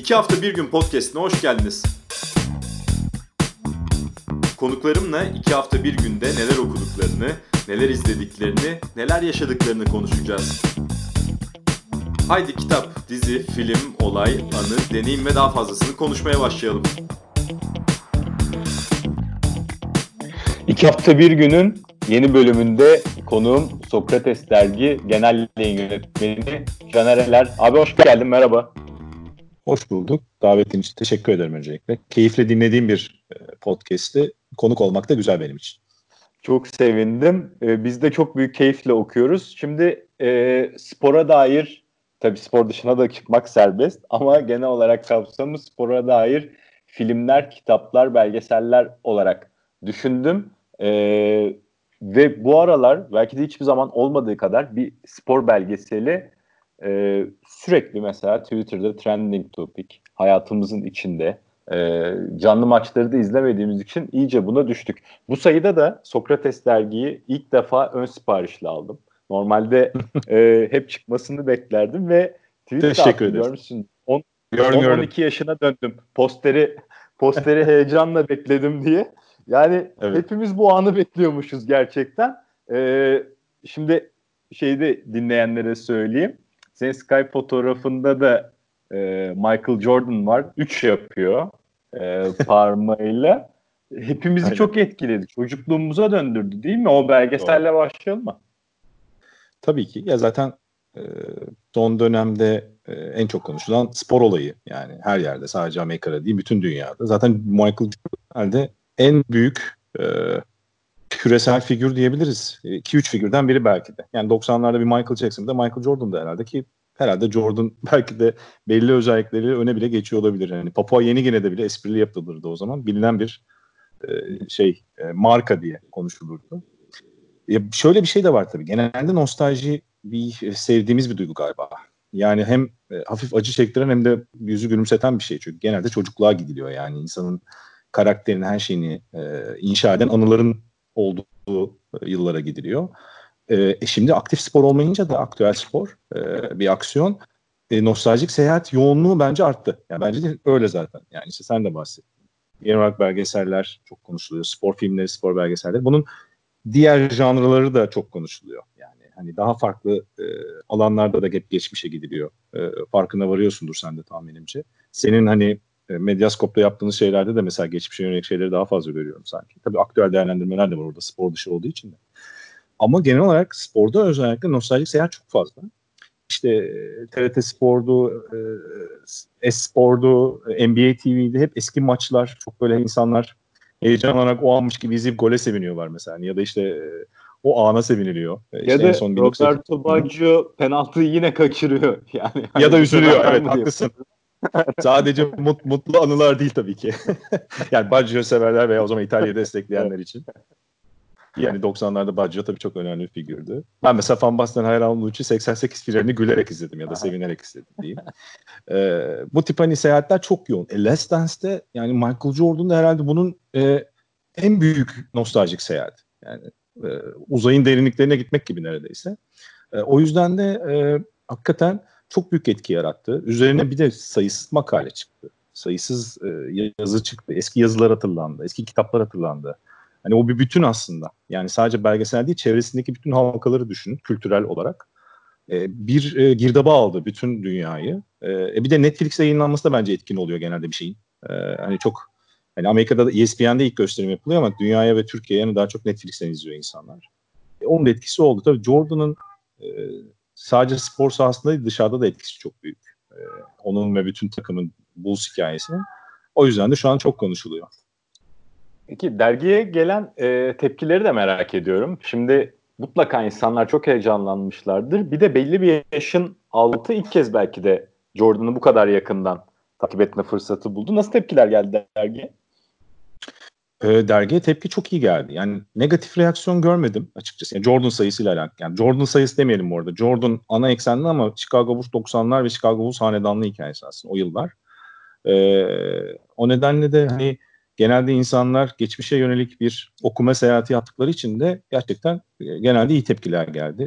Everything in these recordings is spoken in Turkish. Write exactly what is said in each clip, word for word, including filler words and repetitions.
İki Hafta Bir Gün Podcast'ine hoş geldiniz. Konuklarımla iki hafta bir günde neler okuduklarını, neler izlediklerini, neler yaşadıklarını konuşacağız. Haydi kitap, dizi, film, olay, anı, deneyim ve daha fazlasını konuşmaya başlayalım. İki Hafta Bir Gün'ün yeni bölümünde konuğum Sokrates Dergi Genel Yayın Yönetmeni Caner Eler. Abi hoş geldin, merhaba. Hoş bulduk. Davetin için teşekkür ederim öncelikle. Keyifle dinlediğim bir podcast'te konuk olmak da güzel benim için. Çok sevindim. Ee, biz de çok büyük keyifle okuyoruz. Şimdi e, spora dair, tabii spor dışına da çıkmak serbest ama genel olarak kapsamı spora dair filmler, kitaplar, belgeseller olarak düşündüm. Ee, ve bu aralar belki de hiçbir zaman olmadığı kadar bir spor belgeseli e, sürekli mesela Twitter'da trending topic, hayatımızın içinde. E, canlı maçları da izlemediğimiz için iyice buna düştük. Bu sayıda da Sokrates Dergi'yi ilk defa ön siparişle aldım. Normalde e, hep çıkmasını beklerdim ve tweet attım, görmüşsün. on on iki yaşına döndüm. Posteri posteri heyecanla bekledim diye. Yani evet. Hepimiz bu anı bekliyormuşuz gerçekten. Ee, şimdi şeyde dinleyenlere söyleyeyim. Senin Skype fotoğrafında da e, Michael Jordan var. Üç yapıyor e, parmağıyla. Hepimizi Aynen. Çok etkiledi. Çocukluğumuza döndürdü değil mi? O belgeselle Doğru. Başlayalım mı? Tabii ki. Ya zaten e, son dönemde e, en çok konuşulan spor olayı. Yani her yerde, sadece Amerika'da değil, bütün dünyada. Zaten Michael Jordan'de en büyük e, küresel figür diyebiliriz. iki üç figürden biri belki de. Yani doksanlarda bir Michael Jackson, bir de Michael Jordan'da herhalde, ki herhalde Jordan belki de belli özellikleri öne bile geçiyor olabilir. Yani Papua Yeni Gine'de bile esprili yapılırdı o zaman. Bilinen bir e, şey e, marka diye konuşulurdu. Ya şöyle bir şey de var tabii. Genelde nostalji bir e, sevdiğimiz bir duygu galiba. Yani hem e, hafif acı çektiren hem de yüzü gülümseten bir şey. Çünkü genelde çocukluğa gidiliyor. Yani insanın karakterini, her şeyini e, inşa eden anıların olduğu e, yıllara gidiliyor. E, şimdi aktif spor olmayınca da aktüel spor, e, bir aksiyon, e, nostaljik seyahat yoğunluğu bence arttı. Yani bence de öyle zaten. Yani işte sen de bahsettin. Genel olarak belgeseller çok konuşuluyor. Spor filmleri, spor belgeselleri. Bunun diğer janrları da çok konuşuluyor. Yani hani daha farklı e, alanlarda da hep geçmişe gidiliyor. E, farkına varıyorsundur sen de tahminimce. Senin hani Medyascope'da yaptığınız şeylerde de mesela geçmişe yönelik şeyleri daha fazla görüyorum sanki. Tabii aktüel değerlendirmeler de var orada, spor dışı olduğu için de. Ama genel olarak sporda özellikle nostaljik seyahat çok fazla. İşte T R T Spor'du, S-Spor'du, N B A T V'de hep eski maçlar. Çok böyle insanlar heyecanlanarak o anmış gibi izleyip gole seviniyorlar mesela. Ya da işte o ana seviniliyor. Ya işte da en son Roberto Baggio penaltıyı yine kaçırıyor. Yani ya da üzülüyor. Evet, haklısın. Sadece mut, mutlu anılar değil tabii ki. Yani Baggio severler veya o zaman İtalya'yı destekleyenler için. Yani doksanlarda Baggio tabii çok önemli bir figürdü. Ben mesela Van Basten hayran olduğu için seksen sekiz finalini gülerek izledim ya da sevinerek izledim diyeyim. Ee, bu tip hani seyahatler çok yoğun. E, Last Dance'de yani Michael Jordan'da herhalde bunun e, en büyük nostaljik seyahat. Yani e, uzayın derinliklerine gitmek gibi neredeyse. E, o yüzden de e, hakikaten çok büyük etki yarattı. Üzerine bir de sayısız makale çıktı. Sayısız e, yazı çıktı. Eski yazılar hatırlandı. Eski kitaplar hatırlandı. Hani o bir bütün aslında. Yani sadece belgesel değil, çevresindeki bütün halkaları düşün, kültürel olarak. E, bir e, girdaba aldı bütün dünyayı. E, bir de Netflix'e yayınlanması da bence etkin oluyor genelde bir şeyin. E, hani çok, hani Amerika'da da E S P N'de ilk gösterim yapılıyor ama dünyaya ve Türkiye'ye yani daha çok Netflix'ten izliyor insanlar. E, onun da etkisi oldu. Tabii Jordan'ın e, sadece spor sahasında değil, dışarıda da etkisi çok büyük. Ee, onun ve bütün takımın Bulls hikayesinin. O yüzden de şu an çok konuşuluyor. Peki dergiye gelen e, tepkileri de merak ediyorum. Şimdi mutlaka insanlar çok heyecanlanmışlardır. Bir de belli bir yaşın altı ilk kez belki de Jordan'ı bu kadar yakından takip etme fırsatı buldu. Nasıl tepkiler geldi dergiye? E, dergiye tepki çok iyi geldi. Yani negatif reaksiyon görmedim açıkçası. Yani Jordan sayısıyla alakalı. Yani Jordan sayısı demeyelim bu arada. Jordan ana eksenli ama Chicago Bulls doksanlar ve Chicago Bulls hanedanlığı hikayesi aslında o yıllar. E, o nedenle de hani genelde insanlar geçmişe yönelik bir okuma seyahati yaptıkları için de gerçekten e, genelde iyi tepkiler geldi.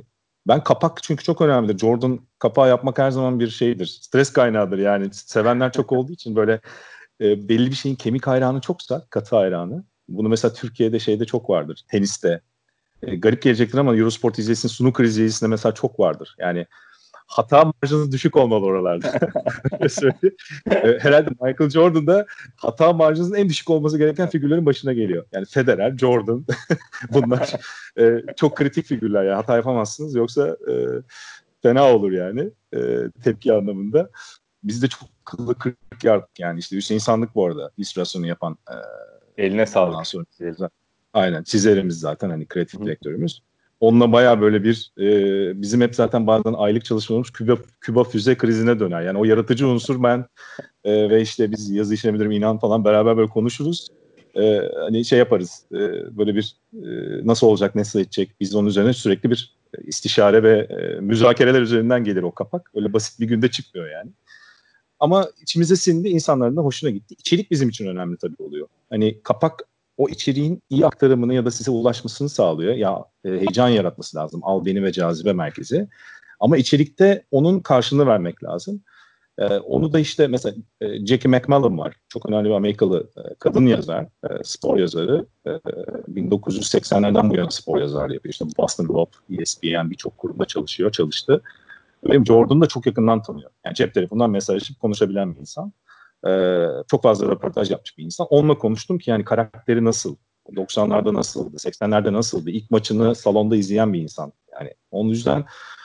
Ben kapak çünkü çok önemlidir. Jordan kapağı yapmak her zaman bir şeydir. Stres kaynağıdır yani. Sevenler çok olduğu için böyle e, belli bir şeyin kemik hayranı çoksa, katı hayranı. Bunu mesela Türkiye'de şeyde çok vardır. Teniste. E, garip gelecektir ama Eurosport izleyicisinin, snooker izleyicisinde mesela çok vardır. Yani hata marjınız düşük olmalı oralarda. Öyle söyleyeyim. E, herhalde Michael Jordan da hata marjınızın en düşük olması gereken figürlerin başına geliyor. Yani Federer, Jordan bunlar e, çok kritik figürler. Yani hata yapamazsınız yoksa e, fena olur yani e, tepki anlamında. Biz de çok kıllı kırk yardık yani. İşte Hüseyin Sandık bu arada illüstrasyonu yapan. E, Eline sağlık. Sonra, aynen çizerimiz zaten hani kreatif direktörümüz. Onunla bayağı böyle bir e, bizim hep zaten bazen aylık çalışmalarımız Küba, Küba füze krizine döner. Yani o yaratıcı unsur ben e, ve işte biz yazı işlemi müdürüm İnan falan beraber böyle konuşuruz. E, hani şey yaparız e, böyle bir e, nasıl olacak, nasıl edecek, biz onun üzerine sürekli bir istişare ve e, müzakereler üzerinden gelir o kapak. Öyle basit bir günde çıkmıyor yani. Ama içimize sindi, insanların da hoşuna gitti. İçerik bizim için önemli tabii oluyor. Hani kapak o içeriğin iyi aktarımını ya da size ulaşmasını sağlıyor. Ya e, heyecan yaratması lazım. Al beni ve cazibe merkezi. Ama içerikte onun karşılığını vermek lazım. E, onu da işte mesela e, Jackie McMullen var. Çok önemli bir Amerikalı e, kadın yazar, e, spor yazarı. E, bin dokuz yüz seksenlerden bu yana spor yazarlığı yapıyor. İşte Boston Globe, E S P N birçok kurumda çalışıyor, çalıştı. Benim Jordan'ı da çok yakından tanıyor. Yani cep telefonundan mesajlaşıp konuşabilen bir insan. Ee, çok fazla röportaj yapmış bir insan. Onunla konuştum ki yani karakteri nasıl? doksanlarda nasıldı? seksenlerde nasıldı? İlk maçını salonda izleyen bir insan. Yani onun yüzden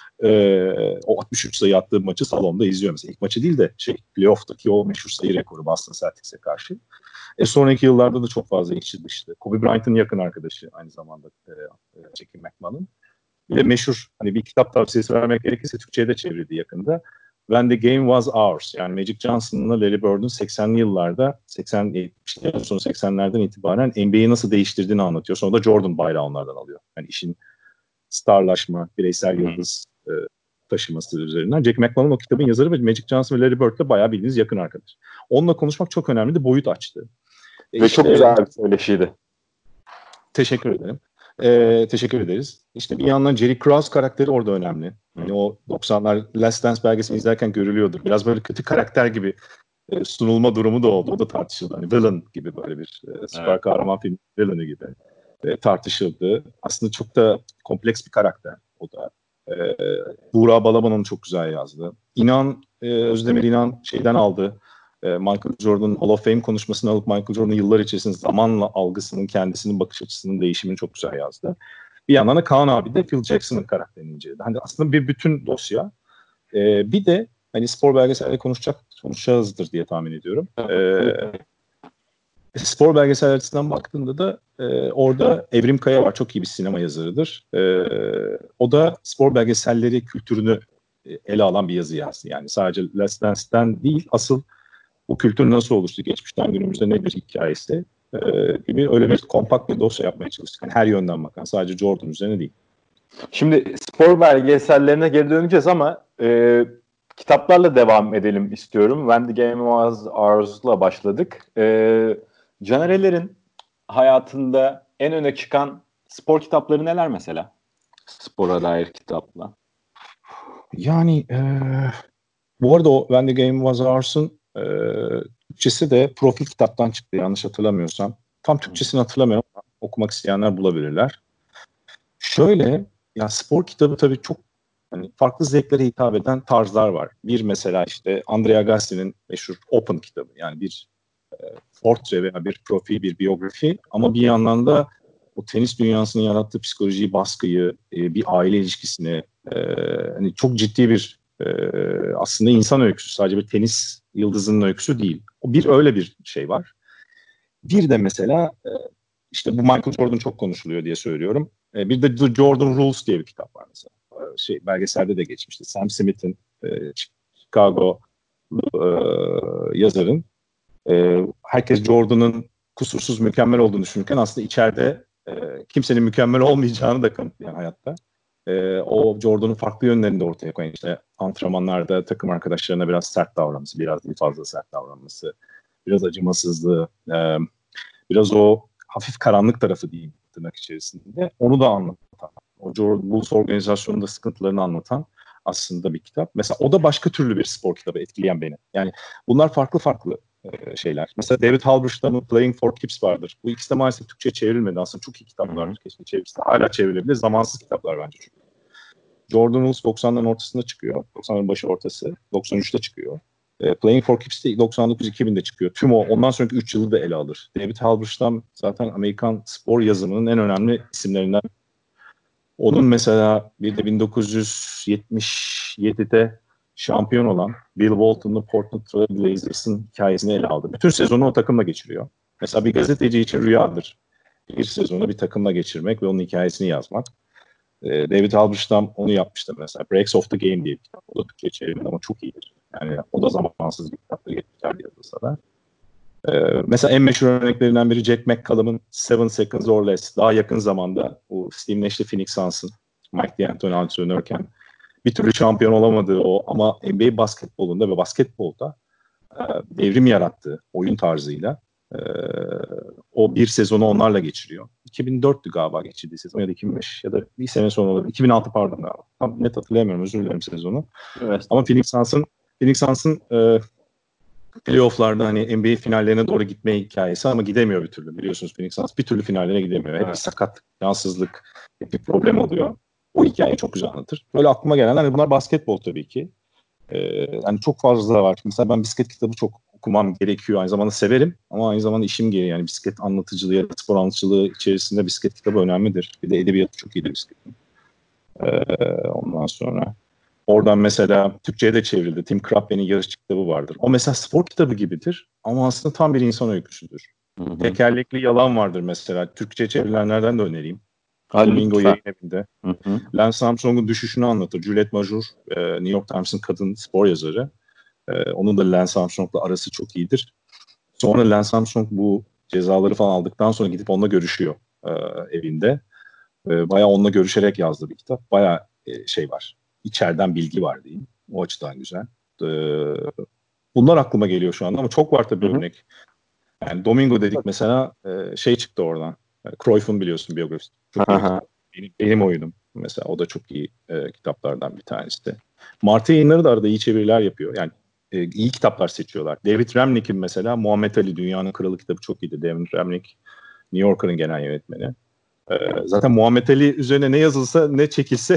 e, o altmış üç sayı attığı maçı salonda izliyor mesela. İlk maçı değil de şey playoff'taki o meşhur sayı rekoru Boston Celtics'e karşı. E, sonraki yıllarda da çok fazla içi dıştı. Kobe Bryant'ın yakın arkadaşı aynı zamanda e, Jackie McMullen. Bir de meşhur hani bir kitap tavsiyesi vermek gerekirse Türkçe'ye de çevrildi yakında. When the Game Was Ours. Yani Magic Johnson'la Larry Bird'ün seksenli yıllarda seksen yetmişler sonu seksenlerden itibaren N B A'yi nasıl değiştirdiğini anlatıyor. Sonra da Jordan bayrağı onlardan alıyor. Yani işin starlaşma, bireysel yıldız e, taşıması üzerinden. Jack McMullen o kitabın yazarı ve Magic Johnson ve Larry Bird'le bayağı bildiğiniz yakın arkadaş. Onunla konuşmak çok önemliydi. Boyut açtı. E ve işte, çok güzel bir söyleşiydi. Teşekkür ederim. Ee, teşekkür ederiz. İşte bir yandan Jerry Krause karakteri orada önemli. Yani o doksanlar Last Dance belgesini izlerken görülüyordur. Biraz böyle kötü karakter gibi e, sunulma durumu da oldu. O da tartışıldı. Hani villain gibi böyle bir e, süper evet. kahraman film villain'ı gibi e, tartışıldı. Aslında çok da kompleks bir karakter o da. E, Buğra Balaban onu çok güzel yazdı. İnan, e, Özdemir İnan şeyden aldı. Michael Jordan'ın Hall of Fame konuşmasını alıp Michael Jordan'ın yıllar içerisinde zamanla algısının, kendisinin bakış açısının değişimini çok güzel yazdı. Bir yandan da Kaan abi de Phil Jackson'ın karakterini inceledi. Hani aslında bir bütün dosya. Ee, bir de hani spor belgeselleri konuşacak, konuşacağızdır diye tahmin ediyorum. Ee, spor belgeseller açısından baktığında da e, orada Evrim Kaya var. Çok iyi bir sinema yazarıdır. Ee, o da spor belgeselleri kültürünü ele alan bir yazı yazdı. Yani sadece Last Dance'den değil, asıl bu kültür nasıl oluştu, geçmişten günümüzde nedir hikayesi ee, gibi öyle bir kompakt bir dosya yapmaya çalıştık. Yani her yönden bakan, sadece Jordan üzerine değil. Şimdi spor belgesellerine geri döneceğiz ama e, kitaplarla devam edelim istiyorum. When the Game Was Ours'la başladık. E, Caner'lerin hayatında en öne çıkan spor kitapları neler mesela? Spora dair kitaplar. Yani e, bu arada o When the Game Was Ours'un e, Türkçesi de Profil kitaptan çıktı yanlış hatırlamıyorsam. Tam Türkçesini hatırlamıyorum ama okumak isteyenler bulabilirler. Şöyle, ya spor kitabı tabii çok hani farklı zevklere hitap eden tarzlar var. Bir mesela işte Andre Agassi'nin meşhur Open kitabı. Yani bir e, portre veya bir profil, bir biyografi ama bir yandan da o tenis dünyasının yarattığı psikolojiyi, baskıyı, e, bir aile ilişkisini e, hani çok ciddi bir e, aslında insan öyküsü. Sadece bir tenis yıldızının öyküsü değil. O bir öyle bir şey var. Bir de mesela e, işte bu Michael Jordan çok konuşuluyor diye söylüyorum. E, bir de The Jordan Rules diye bir kitap var mesela. E, şey belgeselde de geçmişti. Sam Smith'in e, Chicago e, yazarın e, herkes Jordan'ın kusursuz mükemmel olduğunu düşünürken aslında içeride e, kimsenin mükemmel olmayacağını da kanıtlayan hayatta. E, o Jordan'ın farklı yönlerini de ortaya koyan işte antrenmanlarda takım arkadaşlarına biraz sert davranması, biraz değil fazla sert davranması, biraz acımasızlığı, e, biraz o hafif karanlık tarafı diyeyim tırnak içerisinde. Onu da anlatan o Jordan Bulls organizasyonunda sıkıntılarını anlatan aslında bir kitap. Mesela o da başka türlü bir spor kitabı, etkileyen beni. Yani bunlar farklı farklı e, şeyler. Mesela David Halberstam'ın Playing for Keeps vardır. Bu ikisi de maalesef Türkçe çevrilmedi. Aslında çok iyi kitaplardır. Keşke çevirse. Hala çevrilebilir. Zamansız kitaplar bence çünkü. Jordan Bulls doksanların ortasında çıkıyor. doksanların başı ortası. doksan üçte çıkıyor. E, Playing for Keeps de doksan dokuz iki binde çıkıyor. Tüm o ondan sonraki üç yılı da ele alır. David Halberstam zaten Amerikan spor yazımının en önemli isimlerinden. Onun mesela bir de bin dokuz yüz yetmiş yedide şampiyon olan Bill Walton'la Portland Trail Blazers'ın hikayesini ele aldı. Bütün sezonu o takımla geçiriyor. Mesela bir gazeteci için rüyadır bir sezonu bir takımla geçirmek ve onun hikayesini yazmak. Ee, David Halberstam onu yapmıştı mesela. Breaks of the Game diye bir kitap. O da Türkçe çevrildi ama çok iyidir. Yani o da zamansız bir kitaptır yetmişler yazılsa da. Ee, mesela en meşhur örneklerinden biri Jack McCallum'ın Seven Seconds or Less. Daha yakın zamanda bu Steve Nash'li Phoenix Suns'ın Mike D'Antoni antrenörken bir türlü şampiyon olamadığı o ama N B A basketbolunda ve basketbolda e, devrim yarattığı oyun tarzıyla e, o bir sezonu onlarla geçiriyor. iki bin dörttü galiba geçirdiği sezon ya da iki bin beş ya da bir sene sonra olabilir. iki bin altı pardon galiba. Tam net hatırlayamıyorum, özür dilerim sezonu. Evet. Ama Phoenix Suns'ın Phoenix Suns'ın e, playoff'larda hani N B A finallerine doğru gitme hikayesi ama gidemiyor bir türlü. Biliyorsunuz Phoenix Suns bir türlü finallere gidemiyor. Hep bir sakatlık, şanssızlık, hep bir problem oluyor. O hikayeyi çok güzel anlatır. Böyle aklıma gelen hani bunlar basketbol tabii ki. Ee, yani çok fazla var. Mesela ben bisiklet kitabı çok okumam gerekiyor. Aynı zamanda severim ama aynı zamanda işim gereği. Yani bisiklet anlatıcılığı ya da spor anlatıcılığı içerisinde bisiklet kitabı önemlidir. Bir de edebiyatı çok iyidir bisikletin. Ee, ondan sonra oradan mesela Türkçe'ye de çevrildi. Tim Krappe'nin yarış kitabı vardır. O mesela spor kitabı gibidir ama aslında tam bir insan öyküsüdür. Hı hı. Tekerlekli Yalan vardır mesela. Türkçe çevrilenlerden de önereyim. Domingo Yayın Evi'nde. Hı hı. Lance Armstrong'un düşüşünü anlatır. Juliette Major, e, New York Times'ın kadın spor yazarı. E, onun da Lance Armstrong'la arası çok iyidir. Sonra Lance Armstrong bu cezaları falan aldıktan sonra gidip onunla görüşüyor e, evinde. E, bayağı onunla görüşerek yazdığı bir kitap. Bayağı e, şey var. İçeriden bilgi var diyeyim. O açıdan güzel. E, bunlar aklıma geliyor şu anda ama çok var tabii örnek. Yani Domingo dedik mesela e, şey çıktı oradan. Cruyff'un biliyorsun biyografisi. Çok iyi. Benim, benim oyunum. Mesela o da çok iyi e, kitaplardan bir tanesi. Martı Yayınları da arada iyi çeviriler yapıyor. Yani e, iyi kitaplar seçiyorlar. David Remnick'in mesela Muhammed Ali Dünyanın Kralı kitabı çok iyiydi. David Remnick New Yorker'ın genel yönetmeni. E, zaten Muhammed Ali üzerine ne yazılsa ne çekilse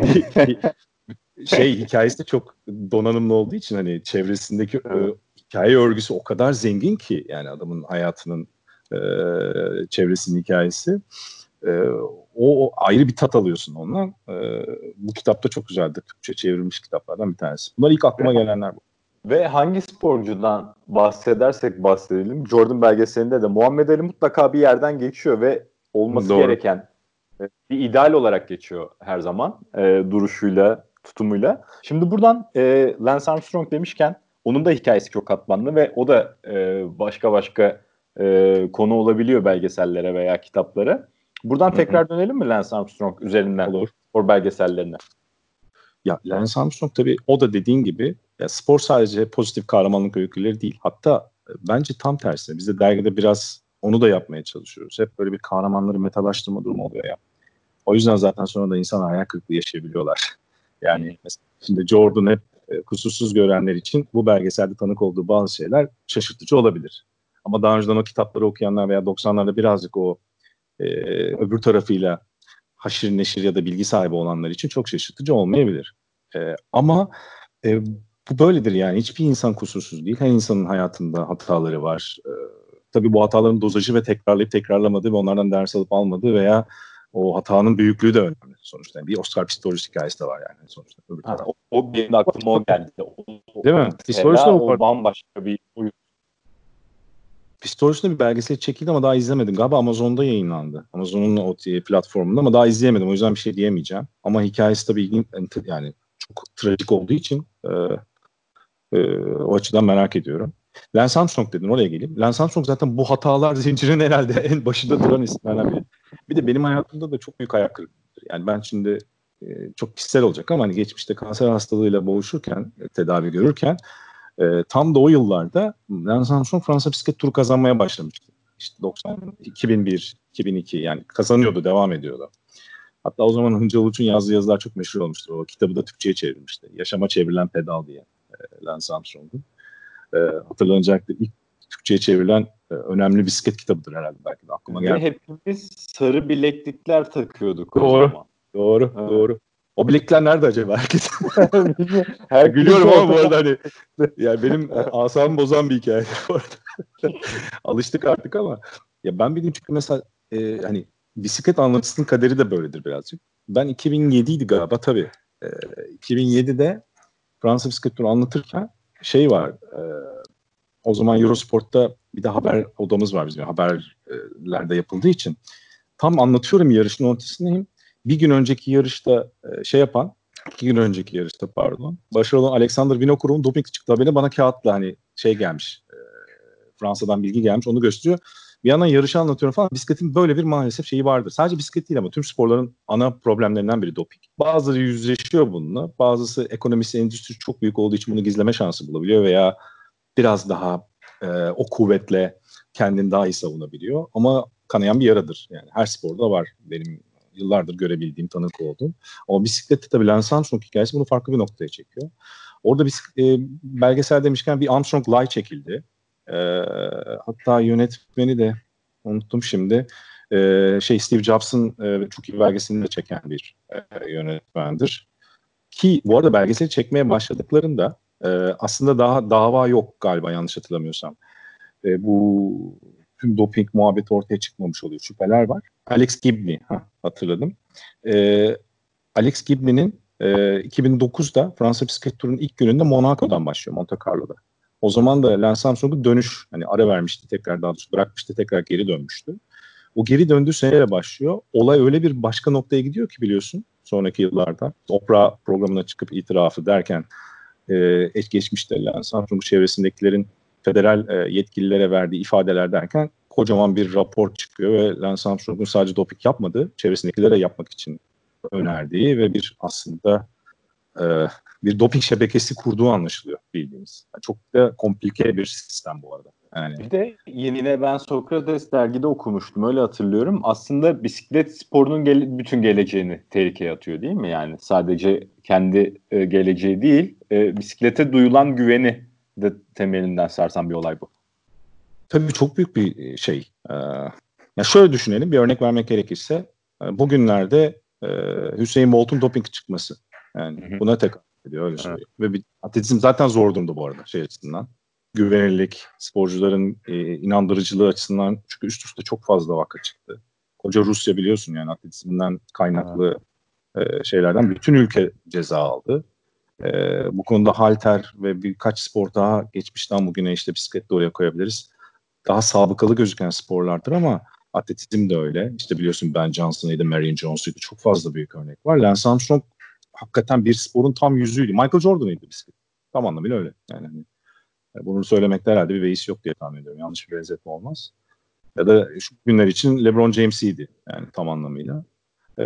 şey hikayesi de çok donanımlı olduğu için hani çevresindeki e, hikaye örgüsü o kadar zengin ki yani adamın hayatının e, çevresinin hikayesi. E, o, o ayrı bir tat alıyorsun ondan. E, bu kitap da çok güzeldi. Türkçe çevrilmiş kitaplardan bir tanesi. Bunlar ilk aklıma gelenler bu. Ve hangi sporcudan bahsedersek bahsedelim. Jordan belgeselinde de Muhammed Ali mutlaka bir yerden geçiyor ve olması Doğru. gereken bir ideal olarak geçiyor her zaman. E, duruşuyla, tutumuyla. Şimdi buradan e, Lance Armstrong demişken onun da hikayesi çok katmanlı ve o da e, başka başka e, konu olabiliyor belgesellere veya kitaplara. Buradan Hı-hı. tekrar dönelim mi Lance Armstrong üzerinden Olur. spor belgesellerine? Ya Lance Armstrong tabii o da dediğin gibi ya spor sadece pozitif kahramanlık öyküleri değil. Hatta bence tam tersi. Biz de dergide biraz onu da yapmaya çalışıyoruz. Hep böyle bir kahramanları metalaştırma durumu oluyor ya. O yüzden zaten sonra da insan hayal kırıklığı yaşayabiliyorlar. Yani mesela şimdi Jordan hep e, kusursuz görenler için bu belgeselde tanık olduğu bazı şeyler şaşırtıcı olabilir. Ama daha önceden o kitapları okuyanlar veya doksanlarda birazcık o e, öbür tarafıyla haşir neşir ya da bilgi sahibi olanlar için çok şaşırtıcı olmayabilir. E, ama e, bu böyledir yani. Hiçbir insan kusursuz değil. Her insanın hayatında hataları var. E, tabii bu hataların dozajı ve tekrarlayıp tekrarlamadığı ve onlardan ders alıp almadığı veya o hatanın büyüklüğü de önemli sonuçta. Yani bir Oscar Pistorius hikayesi de var yani sonuçta. Ha, o, o benim aklıma o geldi. O, Değil mi? Pistorius'ta o bambaşka bir oyun. Pistorius'ta bir belgesel çekildi ama daha izlemedim. Galiba Amazon'da yayınlandı. Amazon'un o platformunda ama daha izleyemedim. O yüzden bir şey diyemeyeceğim. Ama hikayesi tabii ilginç, yani çok trajik olduğu için e, e, o açıdan merak ediyorum. Lance Armstrong dedin, oraya geleyim. Lance Armstrong zaten bu hatalar zincirinin herhalde en başında duran isimlerden biri. Bir de benim hayatımda da çok büyük ayak kırıklığı. Yani ben şimdi e, çok kişisel olacak ama hani geçmişte kanser hastalığıyla boğuşurken, e, tedavi görürken e, tam da o yıllarda Lance Armstrong Fransa bisiklet turu kazanmaya başlamıştı. İşte doksan, iki bin bir, iki bin iki yani kazanıyordu, devam ediyordu. Hatta o zaman Hıncal Uç'un yazdığı yazılar çok meşhur olmuştur. O kitabı da Türkçe'ye çevrilmişti. Yaşama Çevrilen Pedal diye e, Lance Armstrong'un. E, hatırlanacaktır. İlk Türkçe'ye çevrilen e, önemli bisiklet kitabıdır herhalde, belki de aklıma geldi. Ve hepimiz sarı bileklikler takıyorduk o Doğru. zaman. Doğru, Evet. doğru. O bilekler nerede acaba? Herkes. Herkes Gülüyorum ama bu ortada. arada hani yani benim asabımı bozan bir hikaye bu arada. Alıştık artık ama ya ben bildiğim, çünkü mesela e, hani bisiklet anlatısının kaderi de böyledir birazcık. Ben iki bin yediydi galiba tabii. E, iki bin yedide Fransa Bisiklet Turu anlatırken şey var. E, o zaman Eurosport'ta bir de haber odamız var bizim. Haberlerde yapıldığı için. Tam anlatıyorum, yarışın ortasındayım. Bir gün önceki yarışta e, şey yapan, iki gün önceki yarışta pardon, başarılı olan Alexander Vinokour'un doping çıktı haberine bana kağıtla hani şey gelmiş, e, Fransa'dan bilgi gelmiş, onu gösteriyor. Bir yandan yarışı anlatıyorum falan. Bisikletin böyle bir maalesef şeyi vardır. Sadece bisiklet değil ama tüm sporların ana problemlerinden biri doping. Bazıları yüzleşiyor bununla. Bazısı ekonomisi, endüstri çok büyük olduğu için bunu gizleme şansı bulabiliyor veya biraz daha e, o kuvvetle kendini daha iyi savunabiliyor. Ama kanayan bir yaradır. Yani her sporda var. Benim yıllardır görebildiğim, tanık olduğum. Ama bisiklette tabii Lance Armstrong hikayesi bunu farklı bir noktaya çekiyor. Orada bir e, belgesel demişken bir Armstrong Live çekildi. E, hatta yönetmeni de unuttum şimdi. E, şey Steve Jobs'ın e, çok iyi belgeselini de çeken bir e, yönetmendir. Ki bu arada belgeseli çekmeye başladıklarında e, aslında daha dava yok galiba, yanlış hatırlamıyorsam. E, bu tüm doping muhabbeti ortaya çıkmamış oluyor. Şüpheler var. Alex Gibney, ha, hatırladım. E, Alex Gibney'nin e, iki bin dokuzda Fransa Bisiklet Turu'nun ilk gününde Monaco'dan başlıyor, Monte Carlo'da. O zaman da Lance Armstrong'un dönüş, hani ara vermişti, tekrar daha doğrusu bırakmıştı, tekrar geri dönmüştü. O geri döndüğü seneyle başlıyor. Olay öyle bir başka noktaya gidiyor ki biliyorsun sonraki yıllarda. Oprah programına çıkıp itirafı derken e, geçmişte Lance Armstrong çevresindekilerin federal e, yetkililere verdiği ifadeler derken kocaman bir rapor çıkıyor ve Lance Armstrong'un sadece doping yapmadığı, çevresindekilere yapmak için önerdiği ve bir aslında e, bir doping şebekesi kurduğu anlaşılıyor bildiğimiz. Yani çok da komplike bir sistem bu arada. Yani Bir de yine ben Sokrates dergide okumuştum, öyle hatırlıyorum. Aslında bisiklet sporunun gele- bütün geleceğini tehlikeye atıyor değil mi? Yani sadece kendi e, geleceği değil, e, bisiklete duyulan güveni de temelinden sarsan bir olay bu. tabii çok büyük bir şey. Ee, ya şöyle düşünelim, bir örnek vermek gerekirse bugünlerde e, Hüseyin Bolt'un doping çıkması. Yani Hı hı. buna tekabül ediyor, öyle söyleyeyim. Ve bir, atletizm zaten zor durumda bu arada şey açısından. Güvenilirlik, sporcuların e, inandırıcılığı açısından, çünkü üst üste çok fazla vaka çıktı. Koca Rusya biliyorsun, yani atletizmden kaynaklı e, şeylerden bütün ülke ceza aldı. E, bu konuda halter ve birkaç spor daha geçmişten bugüne, işte bisiklet de oraya koyabiliriz, daha sabıkalı gözüken sporlardır ama atletizm de öyle. İşte biliyorsun Ben Johnson'ıydı, Marion Jones'uydu. Çok fazla büyük örnek var. Lance Armstrong hakikaten bir sporun tam yüzüydü. Michael Jordan'ıydı bisiklet. Tam anlamıyla öyle. Yani hani, bunu söylemekte herhalde bir beis yok diye tahmin ediyorum. Yanlış bir benzetme olmaz. Ya da şu günler için LeBron James'iydi. Yani tam anlamıyla. Ee,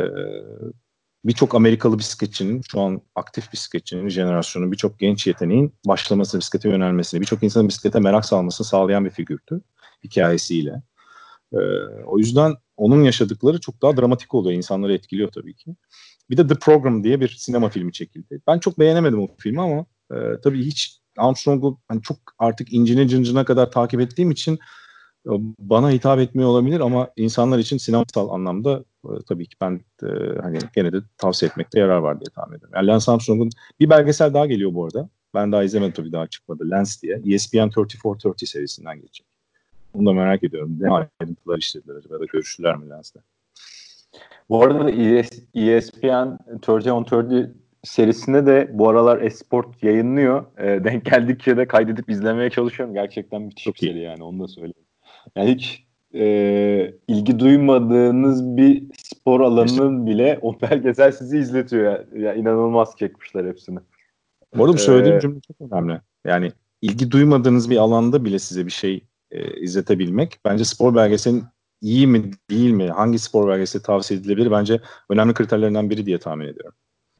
birçok Amerikalı bisikletçinin, şu an aktif bisikletçinin, jenerasyonun birçok genç yeteneğin başlamasını, bisiklete yönelmesini, birçok insanın bisiklete merak salmasını sağlayan bir figürdü hikayesiyle. Ee, o yüzden onun yaşadıkları çok daha dramatik oluyor. İnsanları etkiliyor tabii ki. Bir de The Program diye bir sinema filmi çekildi. Ben çok beğenemedim o filmi ama e, tabii hiç Armstrong'u hani çok artık incine cıncına kadar takip ettiğim için e, bana hitap etmiyor olabilir ama insanlar için sinemasal anlamda e, tabii ki ben e, hani gene de tavsiye etmekte yarar var diye tahmin ediyorum. Yani Lance Armstrong'un bir belgesel daha geliyor bu arada. Ben daha izlemedim tabii, daha çıkmadı. Lens diye. E S P N otuz dört otuz serisinden gelecek. Bunu da merak ediyorum. Ne ayrıntılar işlediler acaba da görüştüler mi Lens'le? Bu arada E S P N otuz on otuz serisinde de bu aralar Esport yayınlıyor. E, denk geldikçe de kaydedip izlemeye çalışıyorum. Gerçekten müthiş Çok bir iyi. seri yani, onu da söyleyeyim. Yani hiç e, ilgi duymadığınız bir spor alanının bile o belgesel sizi izletiyor. Ya, ya inanılmaz çekmişler hepsini. Bu arada bu söylediğim Ee, cümle çok önemli. Yani ilgi duymadığınız bir alanda bile size bir şey e, izletebilmek. Bence spor belgeselin iyi mi değil mi, hangi spor belgeseli tavsiye edilebilir, bence önemli kriterlerinden biri diye tahmin ediyorum.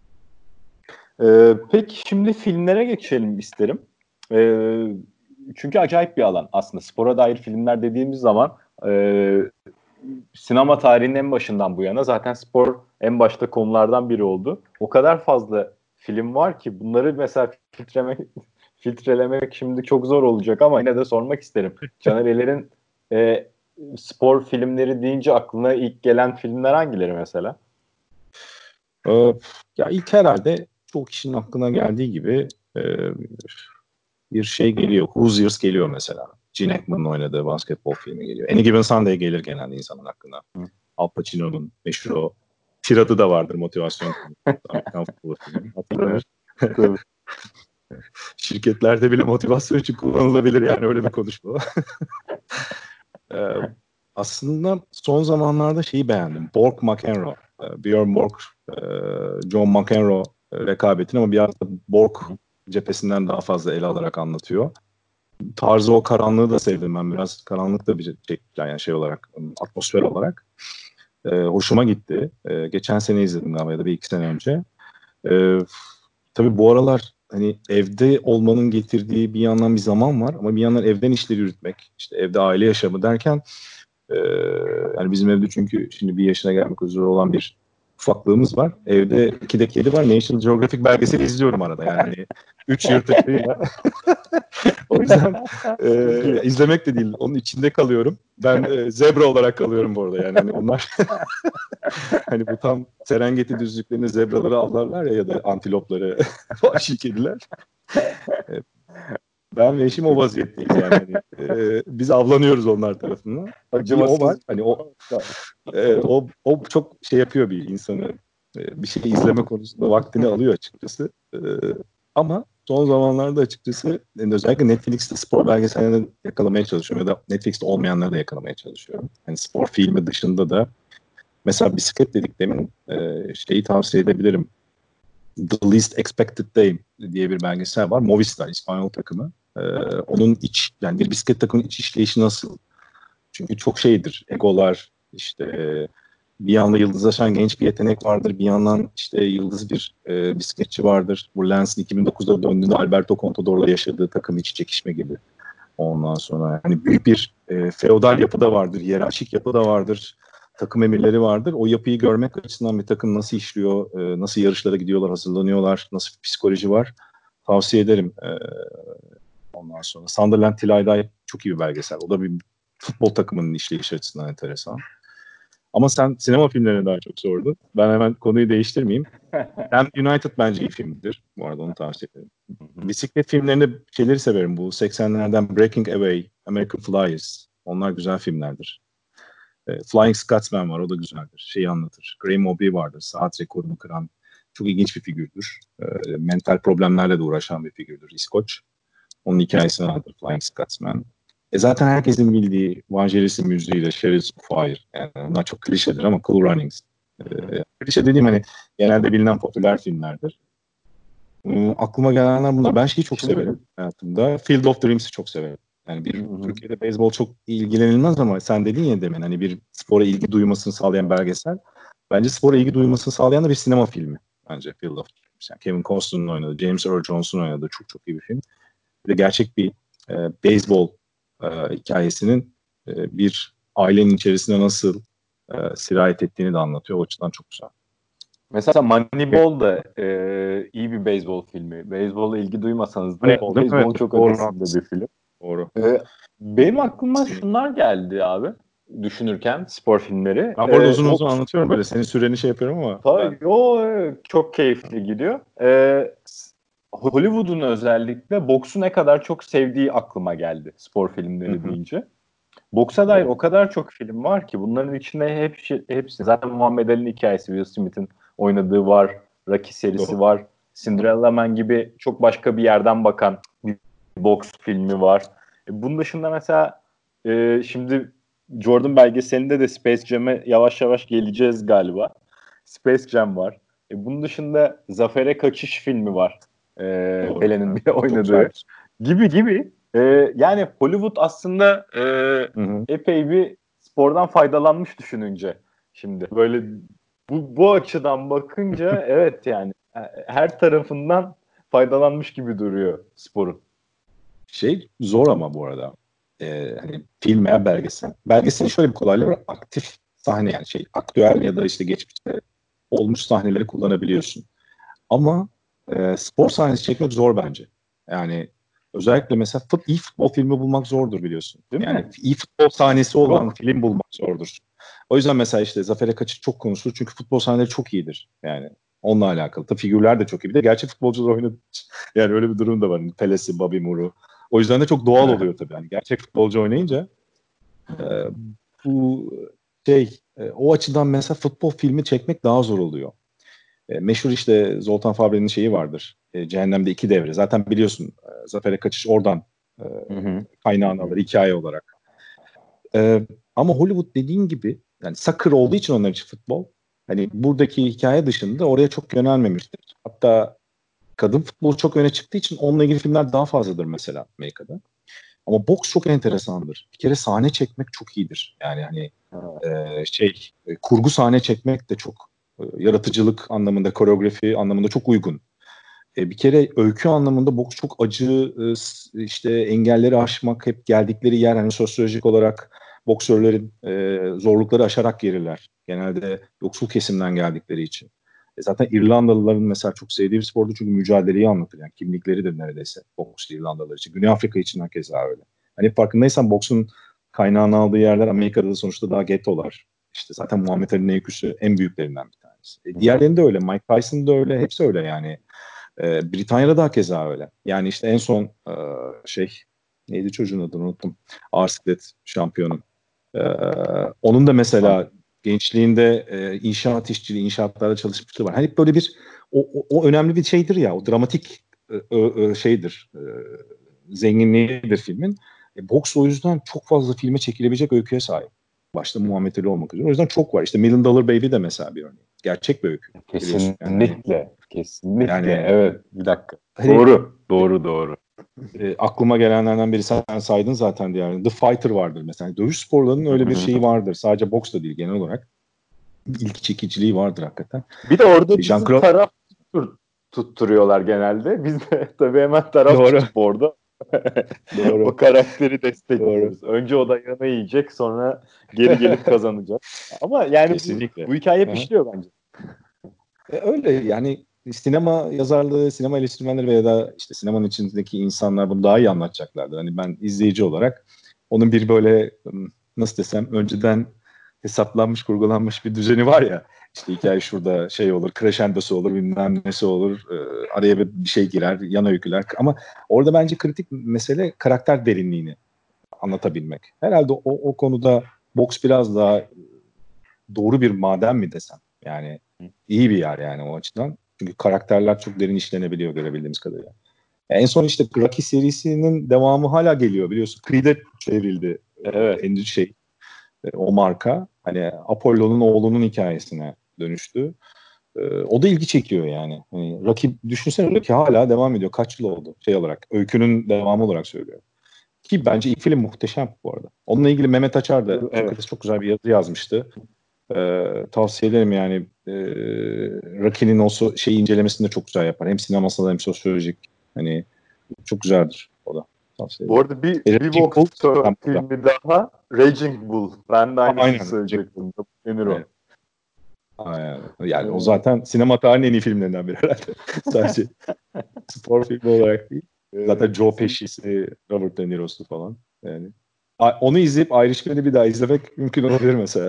e, peki şimdi filmlere geçelim isterim. E, çünkü acayip bir alan aslında. Spora dair filmler dediğimiz zaman e, sinema tarihinin en başından bu yana zaten spor en başta konulardan biri oldu. O kadar fazla film var ki bunları mesela filtremek, filtrelemek şimdi çok zor olacak ama yine de sormak isterim. Caner e, spor filmleri deyince aklına ilk gelen filmler hangileri mesela? Ee, ya ilk herhalde çok kişinin aklına geldiği gibi e, bir şey geliyor. Hoosiers geliyor mesela. Gene Hackman'ın oynadığı basketbol filmi geliyor. Any Given Sunday gelir genelde insanın aklına. Hı. Al Pacino'nun meşhur o tiradı da vardır, motivasyon Amerikan futbolu filmi. Hatırlar. Şirketlerde bile motivasyon için kullanılabilir yani, öyle bir konuşma. ee, aslında son zamanlarda şeyi beğendim. Bork McEnroe. Björn Borg, John McEnroe rekabetini ama bir anda Borg cephesinden daha fazla ele alarak anlatıyor. Tarzı, o karanlığı da sevdim ben. Biraz karanlık da bir şey, yani şey olarak, atmosfer olarak. Ee, hoşuma gitti. Ee, geçen sene izledim galiba ya da bir iki sene önce. Ee, tabii bu aralar hani evde olmanın getirdiği bir yandan bir zaman var ama bir yandan evden işleri yürütmek, işte evde aile yaşamı derken e, yani bizim evde çünkü şimdi bir yaşına gelmek üzere olan bir ufaklığımız var. Evde iki de kedi var. National Geographic belgeseli izliyorum arada yani. Üç yırtıcıyla. O yüzden e, izlemek de değil. Onun içinde kalıyorum. Ben e, zebra olarak kalıyorum bu arada yani. Hani onlar hani bu tam Serengeti düzlüklerinde zebraları avlarlar ya, ya da antilopları, vahşi kediler. E, ben ve eşim o vaziyetteyiz yani. Hani, e, biz avlanıyoruz onlar tarafından. Acımasız. O var. Hani o e, o o çok şey yapıyor bir insanı. E, bir şey izleme konusunda vaktini alıyor açıkçası. E, ama son zamanlarda açıkçası yani özellikle Netflix'te spor belgesellerini yakalamaya çalışıyorum ya da Netflix'te olmayanları da yakalamaya çalışıyorum. Yani spor filmi dışında da mesela bisiklet dedik demin, e, şeyi tavsiye edebilirim. The Least Expected Day diye bir belgesel var. Movistar, İspanyol takımı. Ee, onun iç, yani bir bisiklet takımının iç işleyişi nasıl? Çünkü çok şeydir, egolar, işte e, bir yanda yıldızlaşan genç bir yetenek vardır, bir yandan işte yıldız bir e, bisikletçi vardır. Bu Lance'in iki bin dokuzda döndüğünde Alberto Contador'la yaşadığı takım içi çekişme gibi. Ondan sonra yani büyük bir e, feodal yapı da vardır, hiyerarşik yapı da vardır, takım emirleri vardır. O yapıyı görmek açısından bir takım nasıl işliyor, e, nasıl yarışlara gidiyorlar, hazırlanıyorlar, nasıl bir psikoloji var, tavsiye ederim. E, ondan sonra Sunderland Till I Die çok iyi bir belgesel. O da bir futbol takımının işleyiş açısından enteresan. Ama sen sinema filmlerine daha çok sordun. Ben hemen konuyu değiştirmeyeyim. Damned United bence iyi filmdir. Bu arada onu tavsiye ederim. Bisiklet filmlerinde şeyleri severim. Bu seksenlerden Breaking Away, American Flyers. Onlar güzel filmlerdir. E, Flying Scotsman var. O da güzeldir. Şeyi anlatır. Graham O'Bee vardır. Saat rekorunu kıran çok ilginç bir figürdür. E, mental problemlerle de uğraşan bir figürdür. İskoç. Onun hikayesini anlatır Flying Scotsman. E zaten herkesin bildiği Vangelis'in müziğiyle Chariots of Fire. Yani onlar çok klişedir ama Cool Runnings. E, klişe dediğim hani genelde bilinen popüler filmlerdir. E, aklıma gelenler bunlar. Ben şeyi çok Şimdi, severim hayatımda. Field of Dreams'i çok severim. Yani bir hı-hı. Türkiye'de beyzbol çok ilgilenilmez ama sen dedin ya demin hani bir spora ilgi duymasını sağlayan belgesel. Bence spora ilgi duymasını sağlayan da bir sinema filmi. Bence Field of Dreams. Yani Kevin Costner'ın oynadığı, James Earl Jones'un oynadığı çok çok iyi bir film. Bir de gerçek bir e, beyzbol e, hikayesinin e, bir ailenin içerisinde nasıl e, sirayet ettiğini de anlatıyor. O açıdan çok güzel. Mesela Moneyball da e, iyi bir beyzbol filmi. Beyzbola ilgi duymasanız da Moneyball, beyzbolun evet, çok doğru, ötesinde bir film. Doğru. E, benim aklıma şunlar geldi abi. Düşünürken spor filmleri. Ben burada ee, uzun o, uzun anlatıyorum böyle. Senin süreni şey yapıyorum ama. Tabii ben... o çok keyifli gidiyor. Ee, Hollywood'un özellikle boksu ne kadar çok sevdiği aklıma geldi spor filmleri Hı-hı. deyince. Boksa dair o kadar çok film var ki bunların içinde hepsi, hepsi. Zaten Muhammed Ali'nin hikayesi, Will Smith'in oynadığı var. Rocky serisi Doğru. var. Cinderella Man gibi çok başka bir yerden bakan bir boks filmi var. E, bunun dışında mesela e, şimdi Jordan belgeselinde de Space Jam'e yavaş yavaş geleceğiz galiba. Space Jam var. E, bunun dışında Zafer'e Kaçış filmi var. E, Pelin'in bir oynadığı. Gibi gibi. E, yani Hollywood aslında e, epey bir spordan faydalanmış düşününce. Şimdi böyle bu, bu açıdan bakınca evet yani her tarafından faydalanmış gibi duruyor sporun. Şey zor ama bu arada. e, hani film veya belgesel. Belgeselin şöyle bir kolaylığı var. Aktif sahne yani şey aktüel ya da işte geçmişte olmuş sahneleri kullanabiliyorsun. Ama e, spor sahnesi çekmek zor bence. Yani özellikle mesela fut, iyi futbol filmi bulmak zordur biliyorsun. Değil yani mi? iyi futbol sahnesi olan Yok. film bulmak zordur. O yüzden mesela işte Zafer'e Kaçış çok konuşulur. Çünkü futbol sahneleri çok iyidir. Yani onunla alakalı. Tabii figürler de çok iyi. Bir de gerçek futbolcular oynadı. Yani öyle bir durum da var. Yani Pelesi, Bobby Moore'u. O yüzden de çok doğal oluyor tabii. Yani gerçek futbolcu oynayınca e, bu şey e, o açıdan mesela futbol filmi çekmek daha zor oluyor. E, meşhur işte Zoltan Fabre'nin şeyi vardır. E, Cehennemde iki devre. Zaten biliyorsun e, Zafer'e Kaçış oradan e, Hı hı. kaynağını alır hikaye olarak. E, ama Hollywood dediğin gibi yani soccer olduğu için onlar için futbol. Hani buradaki hikaye dışında oraya çok yönelmemiştir. Hatta kadın futbolu çok öne çıktığı için onunla ilgili filmler daha fazladır mesela Amerika'da. Ama boks çok enteresandır. Bir kere sahne çekmek çok iyidir. Yani hani e, şey e, kurgu sahne çekmek de çok e, yaratıcılık anlamında, koreografi anlamında çok uygun. E, bir kere öykü anlamında boks çok acı, e, s- işte engelleri aşmak, hep geldikleri yer hani sosyolojik olarak boksörlerin e, zorlukları aşarak gelirler. Genelde yoksul kesimden geldikleri için. E, zaten İrlandalıların mesela çok sevdiği bir spordu çünkü mücadeleyi anlatır. Yani kimlikleridir neredeyse boks İrlandalılar için. Güney Afrika için herkese öyle. Hani farkındaysan boksun kaynağını aldığı yerler Amerika'da da sonuçta daha gettolar. İşte zaten Muhammed Ali'nin öyküsü en büyüklerinden bir tanesi. E, diğerlerinde öyle. Mike Tyson da öyle. Hepsi öyle yani. E, Britanya'da da keza öyle. Yani işte en son e, şey neydi çocuğun adını unuttum. Ağır siklet şampiyonu. E, onun da mesela gençliğinde e, inşaat işçiliği, inşaatlarda çalışmışlığı var. Hani böyle bir o, o, o önemli bir şeydir ya. O dramatik e, e, şeydir. E, zenginliğidir filmin. E, boks o yüzden çok fazla filme çekilebilecek öyküye sahip. Başta Muhammed Ali olmak üzere. O yüzden çok var. İşte Million Dollar Baby de mesela bir örnek. Gerçek bir öykü. Biliyorsun. Yani, hani, Kesinlikle. Kesinlikle. yani Evet. Bir dakika. hani, Doğru. Doğru doğru. e, aklıma gelenlerden biri sen saydın zaten diğer. The Fighter vardır mesela. Dövüş sporlarının öyle bir şeyi vardır. Sadece boks da değil genel olarak. İlgi çekiciliği vardır hakikaten. Bir de orada Jean bizim Claude... taraf tuttur, tutturuyorlar genelde. Biz de tabii hemen taraf Doğru. tutup orada Doğru. o karakteri destekliyoruz. Doğru. Önce o dayanı yiyecek, sonra geri gelip kazanacak. Ama yani bu, Kesinlikle. bu hikaye hep Hı-hı. işliyor bence. E, öyle yani sinema yazarlığı, sinema eleştirmenleri veya da işte sinemanın içindeki insanlar bunu daha iyi anlatacaklardır. Hani ben izleyici olarak onun bir böyle nasıl desem önceden hesaplanmış, kurgulanmış bir düzeni var ya. İşte hikaye şurada şey olur, crescendosu olur, bilmem nesi olur, e, araya bir, bir şey girer, yan öyküler. Ama orada bence kritik mesele karakter derinliğini anlatabilmek. Herhalde o, o konuda boks biraz daha doğru bir maden mi desem. Yani iyi bir yer yani o açıdan. Çünkü karakterler çok derin işlenebiliyor görebildiğimiz kadarıyla. Yani en son işte Rocky serisinin devamı hala geliyor biliyorsun. Creed'e çevrildi. Evet. En şey o marka. Hani Apollo'nun oğlunun hikayesine dönüştü. O da ilgi çekiyor yani. Hani Rocky düşünsene Rocky hala devam ediyor. Kaç yıl oldu şey olarak. Öykünün devamı olarak söylüyorum. Ki bence ilk film muhteşem bu arada. Onunla ilgili Mehmet Açar da Evet. çok, çok güzel bir yazı yazmıştı. Ee, tavsiye ederim yani e, Rocky'nin o so- şeyi incelemesini de çok güzel yapar. Hem sinemasal hem sosyolojik. Hani çok güzeldir o da. Tavsiye Bu ederim. arada bir, E, bir Raging boks Bull, tam burada. filmi daha, Raging Bull. Ben de aynısını Aynen. söyleyecektim. Denir o. Evet. Aynen. Yani o Evet. zaten sinema tarihinin en iyi filmlerinden biri herhalde. Sadece spor filmi olarak değil. Zaten Evet, Joe kesin. Pesci'si, Robert De Niro'su falan. Yani A- onu izleyip Irishman'i bir daha izlemek mümkün olabilir mesela.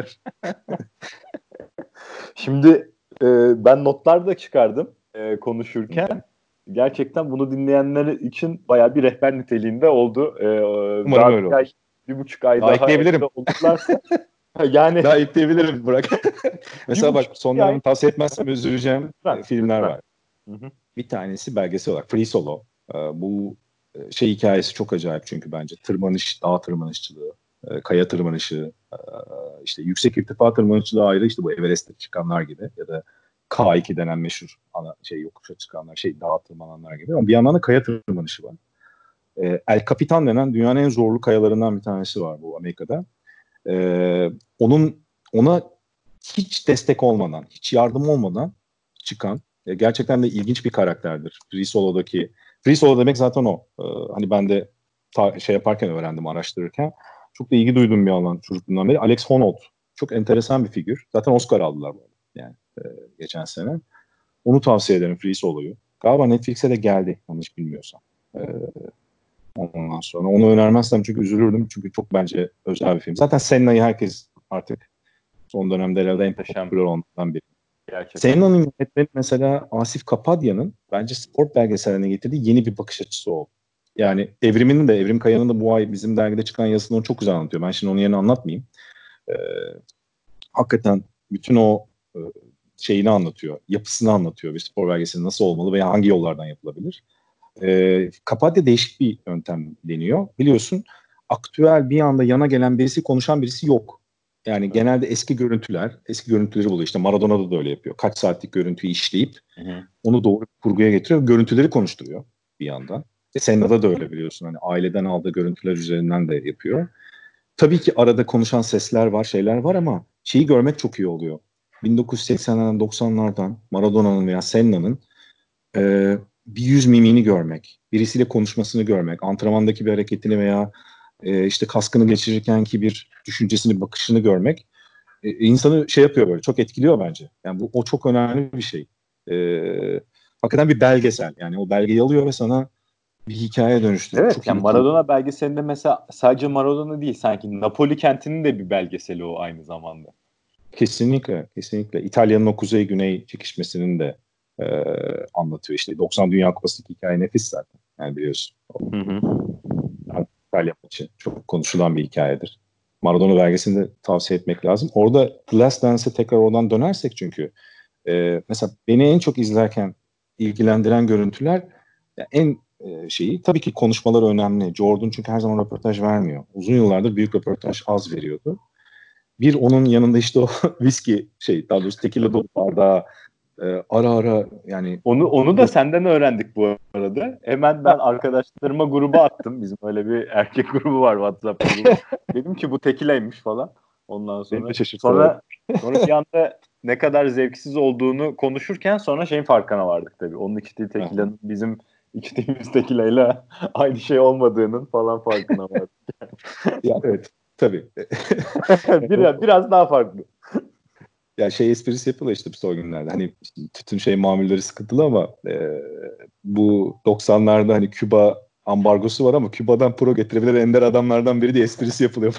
Şimdi e, ben notlar da çıkardım e, konuşurken. Gerçekten bunu dinleyenler için bayağı bir rehber niteliğinde oldu. E, Umarım daha öyle bir ay, olur. bir buçuk ay Daha daha ekleyebilirim. evde olurlarsa yani Daha ekleyebilirim Burak. Mesela buçuk bak son bir ay dönem tavsiye etmezsem üzüleceğim lütfen, e, filmler lütfen. var. Hı hı. Bir tanesi belgesel olarak Free Solo. E, bu e, şey hikayesi çok acayip çünkü bence. Tırmanış, dağ tırmanışçılığı, e, kaya tırmanışı, e, işte yüksek irtifa tırmanışçılığı ayrı işte bu Everest'e çıkanlar gibi ya da K iki denen meşhur ana şey yokuşa çıkanlar, şey dağa tırmananlar gibi. Ama bir yandan da kaya tırmanışı var. E, El Capitan denen dünyanın en zorlu kayalarından bir tanesi var bu Amerika'da. E, onun ona hiç destek olmadan, hiç yardım olmadan çıkan e, gerçekten de ilginç bir karakterdir. Free Solo'daki Free Solo demek zaten o. E, hani ben de ta- şey yaparken öğrendim, araştırırken. Çok da ilgi duyduğum bir alan çocukluğumdan beri. Alex Honnold. Çok enteresan bir figür. Zaten Oscar aldılar bu arada yani e, geçen sene. Onu tavsiye ederim, Free Solo'yu. Galiba Netflix'e de geldi yanlış bilmiyorsam. E, ondan sonra onu önermezsem çünkü üzülürdüm. Çünkü çok bence özel bir film. Zaten Senna'yı herkes artık son dönemde herhalde en popüler olanlardan biri. Gerçekten. Senna'nın yönetmeni mesela Asif Kapadya'nın bence spor belgesellerine getirdiği yeni bir bakış açısı oldu. Yani Evrim'in de, Evrim Kaya'nın da bu ay bizim dergide çıkan yazısını onu çok güzel anlatıyor. Ben şimdi onun yerini anlatmayayım. Ee, hakikaten bütün o e, şeyini anlatıyor, yapısını anlatıyor. Bir spor belgeseli nasıl olmalı veya hangi yollardan yapılabilir. Ee, Kapadya değişik bir yöntem deniyor. Biliyorsun aktüel bir anda yana gelen birisi, konuşan birisi yok. Yani evet. Genelde eski görüntüler, eski görüntüleri buluyor. İşte Maradona da öyle yapıyor. Kaç saatlik görüntüyü işleyip hı hı. onu doğru kurguya getiriyor. Görüntüleri konuşturuyor bir yandan. E Senna'da da öyle biliyorsun. Hani aileden aldığı görüntüler üzerinden de yapıyor. Tabii ki arada konuşan sesler var, şeyler var ama şeyi görmek çok iyi oluyor. bin dokuz yüz seksenlerden doksanlardan Maradona'nın veya Senna'nın e, bir yüz mimini görmek, birisiyle konuşmasını görmek, antrenmandaki bir hareketini veya e, işte kaskını geçirirkenki bir düşüncesini, bakışını görmek e, insanı şey yapıyor, böyle çok etkiliyor bence. Yani bu o çok önemli bir şey. E, hakikaten bir belgesel. Yani o belgeyi alıyor ve sana bir hikaye dönüştürüyor. Evet, çok yani Maradona belgeselinde mesela sadece Maradona değil, sanki Napoli kentinin de bir belgeseli o aynı zamanda. Kesinlikle, kesinlikle. İtalya'nın o kuzey-güney çekişmesinin de e, anlatıyor. İşte doksan Dünya Kupası'ndaki hikaye nefis zaten. Yani biliyorsun. Hı hı. İtalya maçı çok konuşulan bir hikayedir. Maradona belgesini de tavsiye etmek lazım. Orada The Last Dance'e tekrar oradan dönersek çünkü e, mesela beni en çok izlerken ilgilendiren görüntüler en e, şeyi tabii ki konuşmalar önemli. Jordan çünkü her zaman röportaj vermiyor. Uzun yıllardır büyük röportaj az veriyordu. Bir onun yanında işte o viski şey daha doğrusu tekila dolu bardağı e, ara ara yani. Onu onu da senden öğrendik bu arada. Hemen ben arkadaşlarıma gruba attım. Bizim öyle bir erkek grubu var, WhatsApp grubu. Dedim ki bu tekilaymış falan. Ondan sonra sonra sonra bir anda ne kadar zevksiz olduğunu konuşurken sonra şeyin farkına vardık tabii. Onun içtiği tekilanın bizim içtiğimiz tekilayla aynı şey olmadığının falan farkına vardık. Ya evet. Tabii. biraz, biraz daha farklı. Ya şey esprisi yapılıyor işte bu son günlerde. Hani tütün şey mamulleri sıkıntılı ama e, bu doksanlarda hani Küba ambargosu var ama Küba'dan pro getirebilen ender adamlardan biri diye esprisi yapılıyor.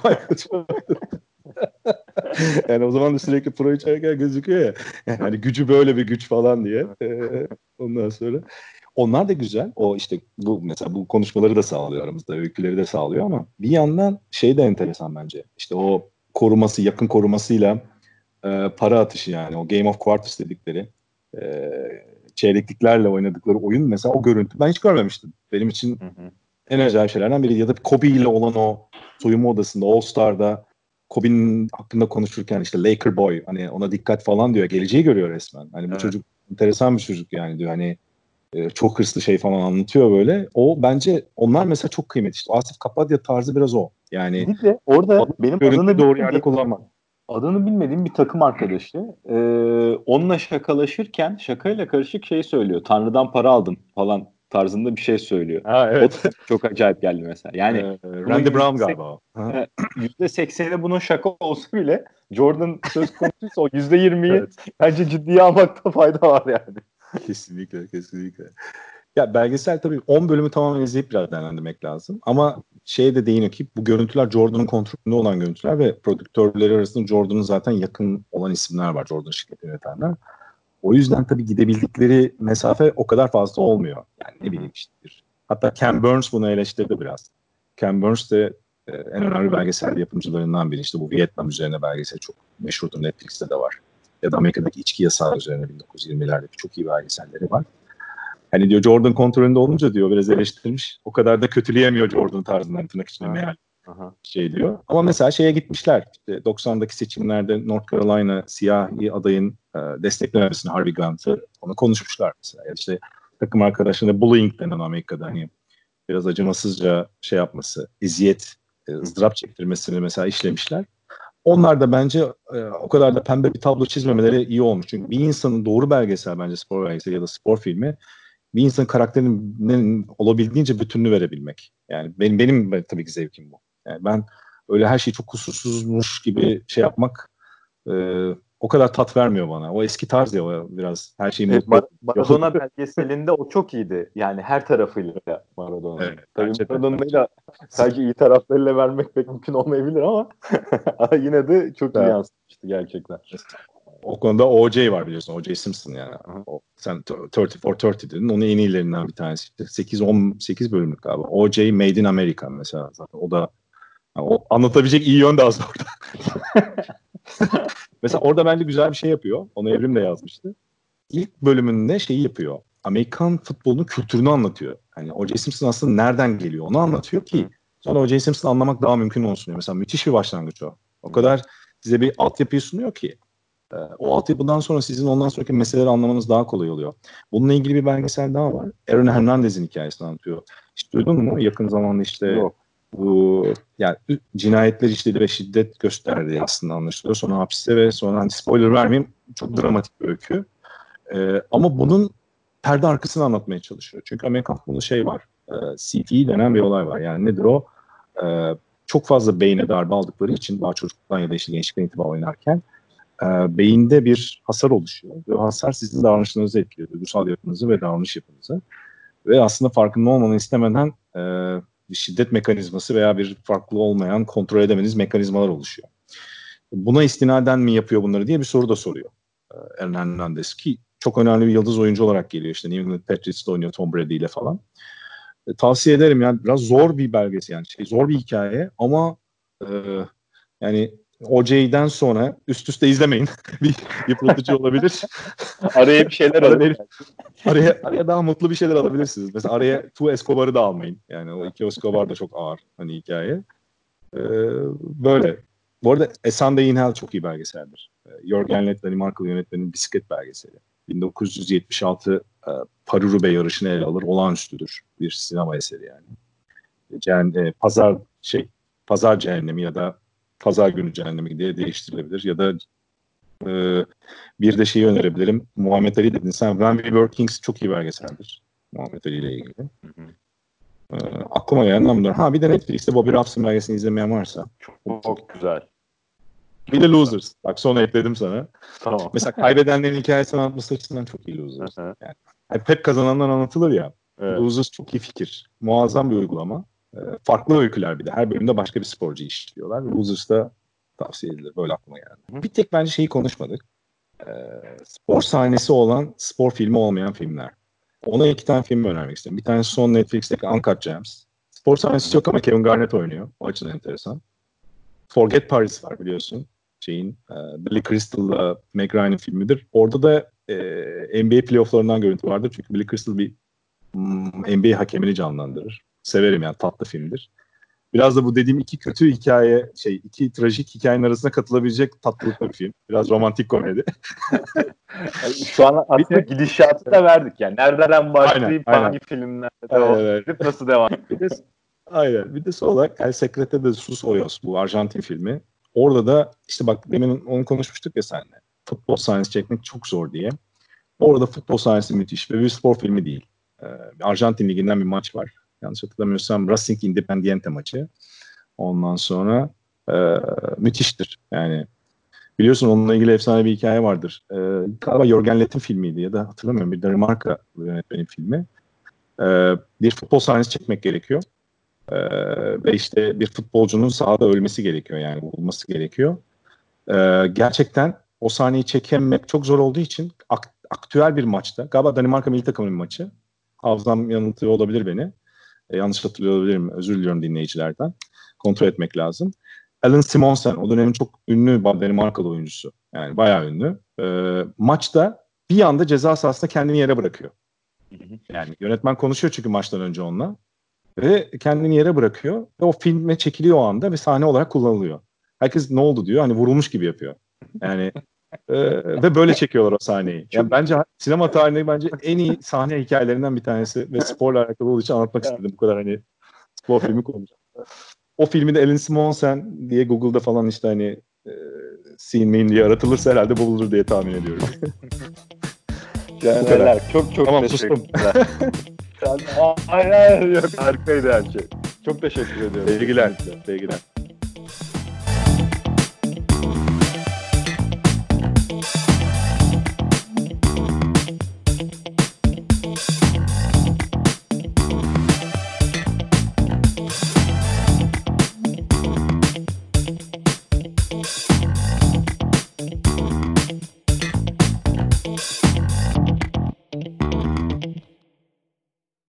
Yani o zaman da sürekli pro içerken gözüküyor ya. Yani hani gücü böyle bir güç falan diye. E, ondan sonra. Onlar da güzel. O işte bu mesela bu konuşmaları da sağlıyor aramızda. Öyküleri de sağlıyor ama bir yandan şey de enteresan bence. İşte o koruması, yakın korumasıyla e, para atışı yani. O Game of Quarters dedikleri e, çeyrekliklerle oynadıkları oyun mesela o görüntü ben hiç görmemiştim. Benim için hı hı. en acayip şeylerden biri. Ya da Kobe ile olan o soyunma odasında All Star'da Kobe'nin hakkında konuşurken işte Laker boy hani ona dikkat falan diyor. Geleceği görüyor resmen. Hani bu evet. Çocuk enteresan bir çocuk yani diyor. Hani e, çok hırslı şey falan anlatıyor böyle. O bence onlar mesela çok kıymetli. İşte Asif Kapadya tarzı biraz o. Yani bir de orada benim adını doğru yerde kullanmak. Adını bilmediğim bir takım arkadaşı e, onunla şakalaşırken şakayla karışık şey söylüyor. Tanrı'dan para aldım falan tarzında bir şey söylüyor. Ha, evet. O da çok acayip geldi mesela. Yani ee, Randy Brown galiba. yüzde sekseni bunun şaka olsa bile Jordan söz konusuysa o yüzde yirmiyi evet. Bence ciddiye almakta fayda var yani. Kesinlikle, kesinlikle. Ya belgesel tabii on bölümü tamamen izleyip biraz değerlendirmek lazım. Ama şey de değiniyor ki bu görüntüler Jordan'ın kontrolünde olan görüntüler ve prodüktörleri arasında Jordan'ın zaten yakın olan isimler var. Jordan şirketi yönetenler. O yüzden tabii gidebildikleri mesafe o kadar fazla olmuyor. Yani ne bileyim işte. Hatta Ken Burns bunu eleştirdi biraz. Ken Burns de e, en önemli belgesel yapımcılarından biri. İşte bu Vietnam üzerine belgesel çok meşhurdur. Netflix'te de var. Ya da Amerika'daki içki yasağı üzerine bin dokuz yüz yirmilerdeki çok iyi belgeselleri var. Hani diyor Jordan kontrolünde olunca diyor biraz eleştirmiş. O kadar da kötüleyemiyor Jordan tarzından tırnak içinde meal şey diyor. Ama mesela şeye gitmişler. İşte doksandaki seçimlerde North Carolina siyahi adayın e, desteklememesini Harvey Grant'ı onu konuşmuşlar mesela. Yani işte takım arkadaşlarına bullying denen Amerika'da hani biraz acımasızca şey yapması, eziyet, e, ızdırap çektirmesini mesela işlemişler. Onlar da bence e, o kadar da pembe bir tablo çizmemeleri iyi olmuş. Çünkü bir insanın doğru belgesel bence spor belgeseli ya da spor filmi bir insanın karakterinin olabildiğince bütününü verebilmek. Yani benim benim tabii ki zevkim bu. Yani ben öyle her şey çok kusursuzmuş gibi şey yapmak e, o kadar tat vermiyor bana. O eski tarz ya, o biraz her şeyi E, mutlu. Mar- Maradona belgeselinde o çok iyiydi. Yani her tarafıyla Maradona. Evet, Tabii gerçekten. Maradona'yı da sadece iyi taraflarıyla vermek pek mümkün olmayabilir ama yine de çok iyi Evet. yansıtmıştı gerçekten. O konuda O J var biliyorsun. O J Simpson yani. Hı-hı. O, sen otuz for otuz dedin. Onun en iyilerinden bir tanesi. İşte sekiz on sekiz bölümlük galiba. O J Made in America mesela. Zaten o da yani o anlatabilecek iyi yön de az orada. Mesela orada bence güzel bir şey yapıyor. Onu Evrim de yazmıştı. İlk bölümünde şeyi yapıyor. Amerikan futbolunun kültürünü anlatıyor. Hani O J Simpson aslında nereden geliyor onu anlatıyor ki sonra O J Simpson'ı anlamak daha mümkün olsun. Mesela müthiş bir başlangıç o. O kadar size bir altyapıyı sunuyor ki. O altyapıdan sonra sizin ondan sonraki meseleleri anlamanız daha kolay oluyor. Bununla ilgili bir belgesel daha var. Aaron Hernandez'in hikayesini anlatıyor. Hiç duydun mu? Yakın zamanda işte Yok. bu yani cinayetler işledi ve şiddet gösterdi aslında anlaşılıyor. Sonra hapiste ve sonra hani spoiler vermeyeyim, çok dramatik bir öykü. Ee, ama bunun perde arkasını anlatmaya çalışıyor. Çünkü Amerikan futbolunda şey var. E, C T E denen bir olay var. Yani nedir o? E, çok fazla beyine darbe aldıkları için daha çocukluktan ya da işte gençlikten itibaren oynarken e, beyinde bir hasar oluşuyor. Ve o hasar sizin davranışlarınızı etkiliyor. Duygusal yapınızı ve davranış yapınızı. Ve aslında farkında olmanı istemeden e, bir şiddet mekanizması veya bir farklı olmayan kontrol edemediğiniz mekanizmalar oluşuyor. Buna istinaden mi yapıyor bunları diye bir soru da soruyor e, Aaron Hernandez ki çok önemli bir yıldız oyuncu olarak geliyor. İşte New England Patriots'ta oynuyor Tom Brady ile falan. E, tavsiye ederim yani biraz zor bir belgesi yani şey zor bir hikaye ama e, yani O J'den sonra üst üste izlemeyin. bir yıpratıcı olabilir. Araya bir şeyler alın. araya, araya daha mutlu bir şeyler alabilirsiniz. Mesela araya Two Escobar'ı da almayın. Yani o iki Escobar da çok ağır hani hikaye. E, böyle. Bu arada A Sunday in Hell çok iyi belgeseldir. Jürgen Leth Danimarkalı yönetmenin bisiklet belgeseli. bin dokuz yüz yetmiş altı e, Paris-Roubaix yarışını ele alır. Olağanüstüdür bir sinema eseri yani. Yani e, pazar şey pazar cehennemi ya da pazar günü cehennemi diye değiştirilebilir. Ya da e, bir de şeyi önerebilirim. Muhammed Ali dedin sen. When We Were Kings çok iyi belgeseldir. Muhammed Ali ile ilgili. Hı hı. E, aklıma gelen bunlar. Ha bir de Netflix'te Bobby Robson belgeselini izlemeyen varsa. Çok, çok güzel. Bir de Losers. Bak sonra ekledim sana. Tamam. Mesela kaybedenlerin hikayesini anlatması açısından çok iyi Losers. Yani, hep kazananlar anlatılır ya. Evet. Losers çok iyi fikir. Muazzam bir uygulama. E, farklı öyküler bir de. Her bölümde başka bir sporcu işliyorlar. Losers'da tavsiye edilir. Böyle aklıma geldi. Hı. Bir tek bence şeyi konuşmadık. E, spor sahnesi olan, spor filmi olmayan filmler. Ona iki tane film önermek istiyorum. Bir tanesi son Netflix'teki Uncut Gems. Spor sahnesi yok ama Kevin Garnett oynuyor. O açıdan enteresan. Forget Paris var biliyorsun. Şeyin, e, Billy Crystal'la Meg Ryan'ın filmidir. Orada da e, N B A playofflarından görüntü vardır. Çünkü Billy Crystal bir mm, N B A hakemini canlandırır. Severim yani tatlı filmdir. Biraz da bu dediğim iki kötü hikaye, şey iki trajik hikayenin arasına katılabilecek tatlılıkta bir film. Biraz romantik komedi. Şu an aslında gidişatı da verdik yani. Nereden başlayıp aynen, hangi aynen. filmlerde devam edip nasıl devam edip. Aynen. Bir de son olarak El Secreto de sus Hoyos bu Arjantin filmi. Orada da işte bak demin onu konuşmuştuk ya seninle. Futbol sahnesi çekmek çok zor diye. Orada futbol sahnesi müthiş ve bir spor filmi değil. Ee, Arjantin Ligi'nden bir maç var. Yanlış hatırlamıyorsam Racing Independiente maçı. Ondan sonra e, müthiştir. Yani biliyorsun onunla ilgili efsane bir hikaye vardır. Ee, galiba Jürgen Leth'in filmiydi ya da hatırlamıyorum bir Danimarka yönetmenin filmi. Ee, bir futbol sahnesi çekmek gerekiyor. Ee, ve işte bir futbolcunun sahada ölmesi gerekiyor yani bulunması gerekiyor. Ee, gerçekten o sahneyi çekemek çok zor olduğu için ak- aktüel bir maçta galiba Danimarka milli takımının maçı. Hafızam yanıltıyor olabilir beni. Ee, yanlış hatırlıyor olabilirim. Özür diliyorum dinleyicilerden. Kontrol etmek lazım. Alan Simonsen o dönemin çok ünlü Danimarkalı oyuncusu. Yani bayağı ünlü. Ee, maçta bir anda ceza sahasında kendini yere bırakıyor. Yani yönetmen konuşuyor çünkü maçtan önce onunla. Ve kendini yere bırakıyor ve o filme çekiliyor o anda ve sahne olarak kullanılıyor. Herkes ne oldu diyor hani vurulmuş gibi yapıyor. Yani e, ve böyle çekiyorlar o sahneyi. Yani bence sinema tarihinde bence en iyi sahne hikayelerinden bir tanesi ve sporla alakalı olduğu için anlatmak istedim. Bu kadar hani spor filmi konuşacağım. O filmi de Alan Simonsen diye Google'da falan işte hani e, scene main diye aratılırsa herhalde bulunur diye tahmin ediyorum. Canerler çok çok Tamam, sustum. teşekkürler. Hayır hayır yok harikaydı her şey. Çok teşekkür ediyorum. Sevgiler. Sevgiler.